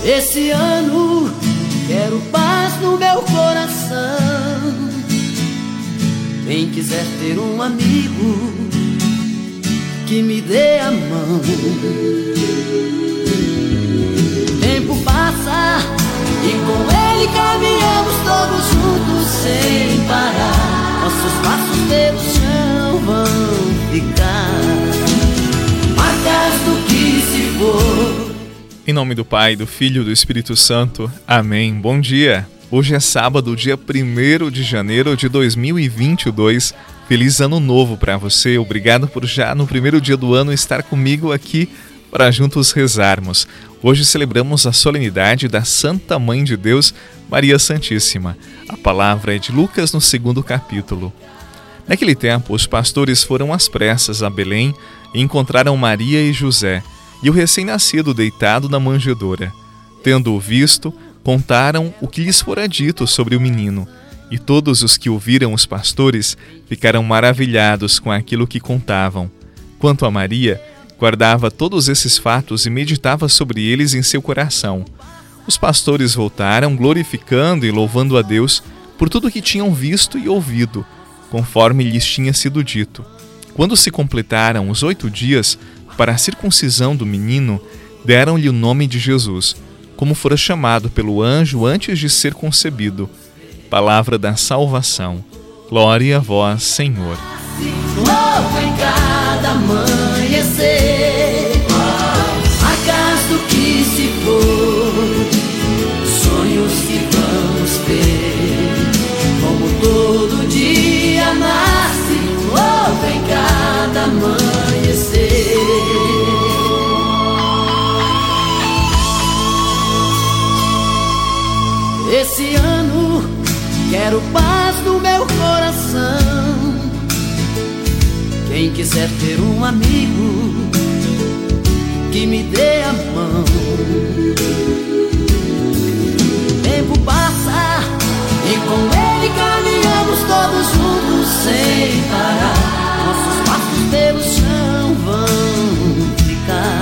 Esse ano quero paz no meu coração. Quem quiser ter um amigo que me dê a mão. O tempo passa e com ele caminhamos todos juntos sem parar. Nossos passos pelo chão vão ficar marcas do que se for. Em nome do Pai, do Filho e do Espírito Santo. Amém. Bom dia. Hoje é sábado, dia 1º de janeiro de 2022. Feliz ano novo para você. Obrigado por já no primeiro dia do ano estar comigo aqui para juntos rezarmos. Hoje celebramos a solenidade da Santa Mãe de Deus, Maria Santíssima. A palavra é de Lucas no 2º capítulo. Naquele tempo, os pastores foram às pressas a Belém e encontraram Maria e José e o recém-nascido deitado na manjedoura. Tendo-o visto, contaram o que lhes fora dito sobre o menino. E todos os que ouviram os pastores ficaram maravilhados com aquilo que contavam. Quanto a Maria, guardava todos esses fatos e meditava sobre eles em seu coração. Os pastores voltaram, glorificando e louvando a Deus por tudo que tinham visto e ouvido, conforme lhes tinha sido dito. Quando se completaram os 8 dias para a circuncisão do menino, deram-lhe o nome de Jesus, como fora chamado pelo anjo antes de ser concebido. Palavra da salvação. Glória a vós, Senhor. Logo em cada amanhecer, acaso que se for, sonhos que vamos ter, como todo dia nasce, logo em cada amanhecer. Esse ano quero paz no meu coração. Quem quiser ter um amigo que me dê a mão. O tempo passa e com ele caminhamos todos juntos sem parar. Nossos passos pelo chão vão ficar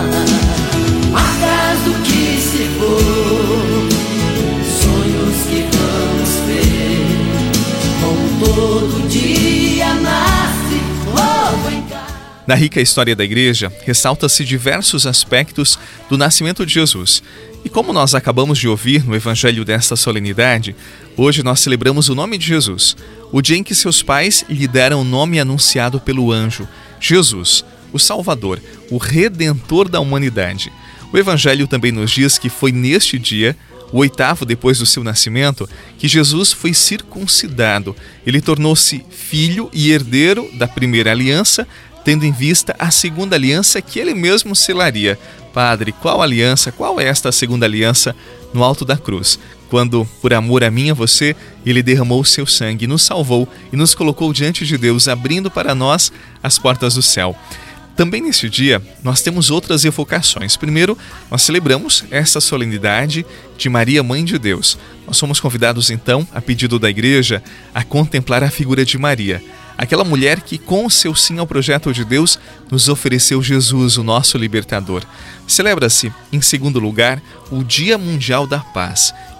marcas do que se for, sonhos que vamos ver, como todo dia nasce logo em casa. Na rica história da Igreja, ressalta-se diversos aspectos do nascimento de Jesus. E como nós acabamos de ouvir no Evangelho desta solenidade, hoje nós celebramos o nome de Jesus, o dia em que seus pais lhe deram o nome anunciado pelo anjo, Jesus, o Salvador, o Redentor da humanidade. O Evangelho também nos diz que foi neste dia, o 8º depois do seu nascimento, que Jesus foi circuncidado. Ele tornou-se filho e herdeiro da primeira aliança, tendo em vista a segunda aliança que ele mesmo selaria. Padre, qual aliança? Qual é esta segunda aliança? No alto da cruz, quando, por amor a mim e a você, ele derramou o seu sangue, nos salvou e nos colocou diante de Deus, abrindo para nós as portas do céu. Também neste dia, nós temos outras evocações. Primeiro, nós celebramos essa solenidade de Maria, Mãe de Deus. Nós somos convidados, então, a pedido da Igreja, a contemplar a figura de Maria, aquela mulher que, com o seu sim ao projeto de Deus, nos ofereceu Jesus, o nosso libertador. Celebra-se, em segundo lugar, o Dia Mundial da Paz. Em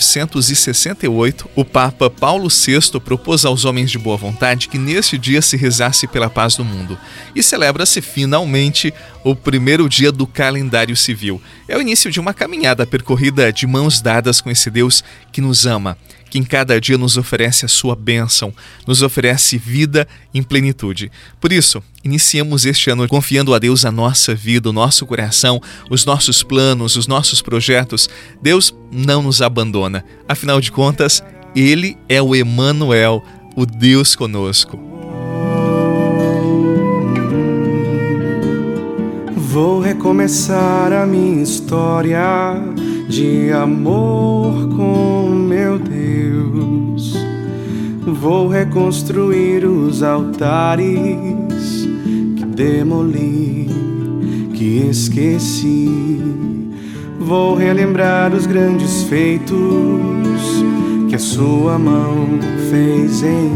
1968, o Papa Paulo VI propôs aos homens de boa vontade que neste dia se rezasse pela paz do mundo. E celebra-se, finalmente, o primeiro dia do calendário civil. É o início de uma caminhada percorrida de mãos dadas com esse Deus que nos ama, que em cada dia nos oferece a sua bênção, nos oferece vida em plenitude. Por isso, iniciemos este ano confiando a Deus a nossa vida, o nosso coração, os nossos planos, os nossos projetos. Deus não nos abandona. Afinal de contas, Ele é o Emanuel, o Deus conosco. Vou recomeçar a minha história de amor com meu Deus. Vou reconstruir os altares que demoli, que esqueci. Vou relembrar os grandes feitos que a sua mão fez em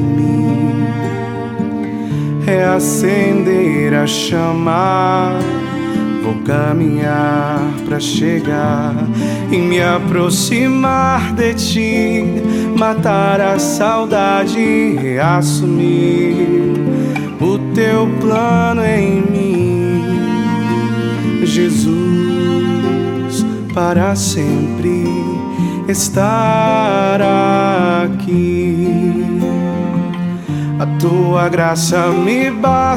mim. Reacender a chama Vou caminhar pra chegar e me aproximar de ti, matar a saudade e reassumir o teu plano em mim. Jesus, para sempre estar aqui. A tua graça me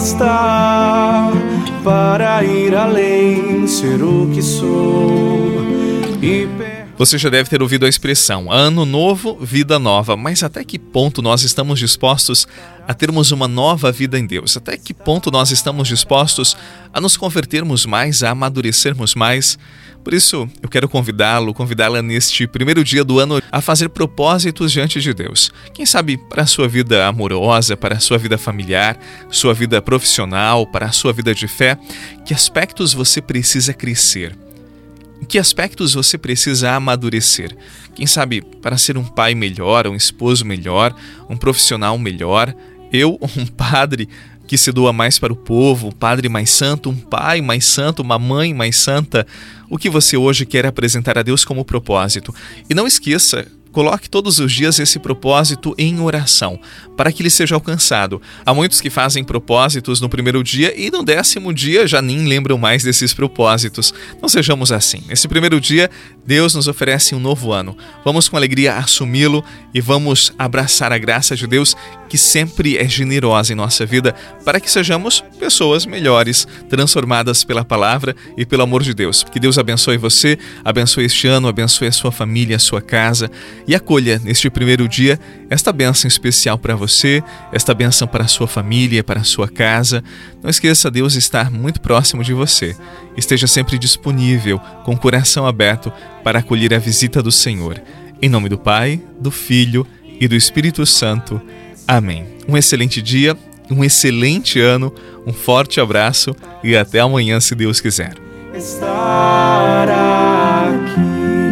basta para ir além, ser o que sou e Você já deve ter ouvido a expressão ano novo, vida nova, mas até que ponto nós estamos dispostos a termos uma nova vida em Deus? Até que ponto nós estamos dispostos a nos convertermos mais, a amadurecermos mais? Por isso, eu quero convidá-la neste primeiro dia do ano a fazer propósitos diante de Deus. Quem sabe para a sua vida amorosa, para a sua vida familiar, sua vida profissional, para a sua vida de fé, que aspectos você precisa crescer? Em que aspectos você precisa amadurecer? Quem sabe para ser um pai melhor, um esposo melhor, um profissional melhor, um padre que se doa mais para o povo, um padre mais santo, um pai mais santo, uma mãe mais santa. O que você hoje quer apresentar a Deus como propósito? E não esqueça, coloque todos os dias esse propósito em oração, para que ele seja alcançado. Há muitos que fazem propósitos no primeiro dia e no 10º dia já nem lembram mais desses propósitos. Não sejamos assim. Nesse primeiro dia, Deus nos oferece um novo ano. Vamos com alegria assumi-lo e vamos abraçar a graça de Deus, que sempre é generosa em nossa vida, para que sejamos pessoas melhores, transformadas pela palavra e pelo amor de Deus. Que Deus abençoe você, abençoe este ano, abençoe a sua família, a sua casa, e acolha neste primeiro dia esta bênção especial para você, esta bênção para a sua família, para a sua casa. Não esqueça, Deus está muito próximo de você. Esteja sempre disponível, com o coração aberto, para acolher a visita do Senhor. Em nome do Pai, do Filho e do Espírito Santo. Amém. Um excelente dia, um excelente ano, um forte abraço e até amanhã, se Deus quiser. Estar aqui.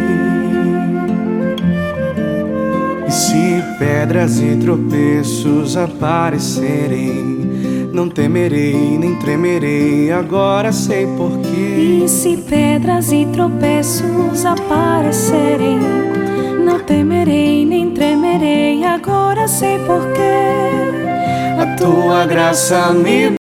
E se pedras e tropeços aparecerem, não temerei nem tremerei, agora sei porquê. E se pedras e tropeços aparecerem, não temerei nem tremerei, agora sei porquê. A tua graça me...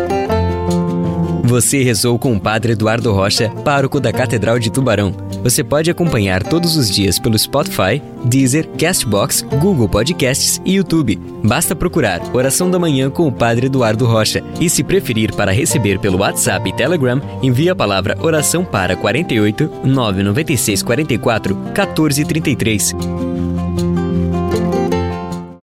Você rezou com o Padre Eduardo Rocha, pároco da Catedral de Tubarão. Você pode acompanhar todos os dias pelo Spotify, Deezer, Castbox, Google Podcasts e YouTube. Basta procurar Oração da Manhã com o Padre Eduardo Rocha. E se preferir para receber pelo WhatsApp e Telegram, envie a palavra oração para 48 996 44 14 33.